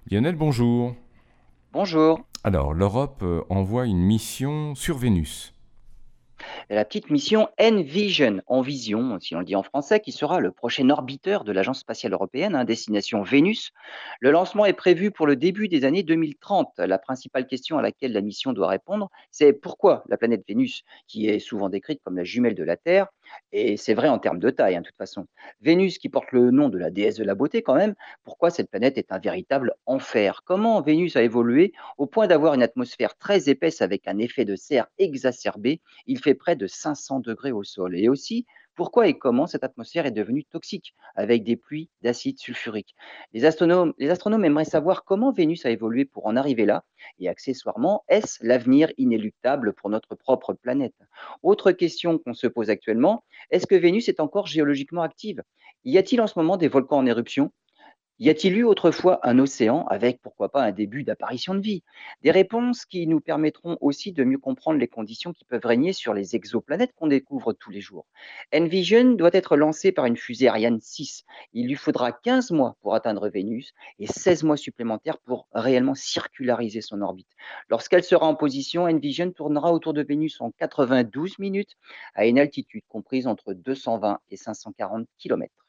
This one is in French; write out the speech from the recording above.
Lionel, bonjour. Bonjour. Alors, l'Europe envoie une mission sur Vénus. La petite mission Envision, en vision, si on le dit en français, qui sera le prochain orbiteur de l'Agence spatiale européenne, destination Vénus. Le lancement est prévu pour le début des années 2030. La principale question à laquelle la mission doit répondre, c'est pourquoi la planète Vénus, qui est souvent décrite comme la jumelle de la Terre, et c'est vrai en termes de taille, de toute façon. Vénus, qui porte le nom de la déesse de la beauté quand même, pourquoi cette planète est un véritable enfer? Comment Vénus a évolué au point d'avoir une atmosphère très épaisse avec un effet de serre exacerbé? Il fait près de 500 degrés au sol. Et aussi, pourquoi et comment cette atmosphère est devenue toxique avec des pluies d'acide sulfurique. Les astronomes aimeraient savoir comment Vénus a évolué pour en arriver là. Et accessoirement, est-ce l'avenir inéluctable pour notre propre planète? Autre question qu'on se pose actuellement, est-ce que Vénus est encore géologiquement active? Y a-t-il en ce moment des volcans en éruption? Y a-t-il eu autrefois un océan avec, pourquoi pas, un début d'apparition de vie? Des réponses qui nous permettront aussi de mieux comprendre les conditions qui peuvent régner sur les exoplanètes qu'on découvre tous les jours. Envision doit être lancé par une fusée Ariane 6. Il lui faudra 15 mois pour atteindre Vénus et 16 mois supplémentaires pour réellement circulariser son orbite. Lorsqu'elle sera en position, Envision tournera autour de Vénus en 92 minutes à une altitude comprise entre 220 et 540 km.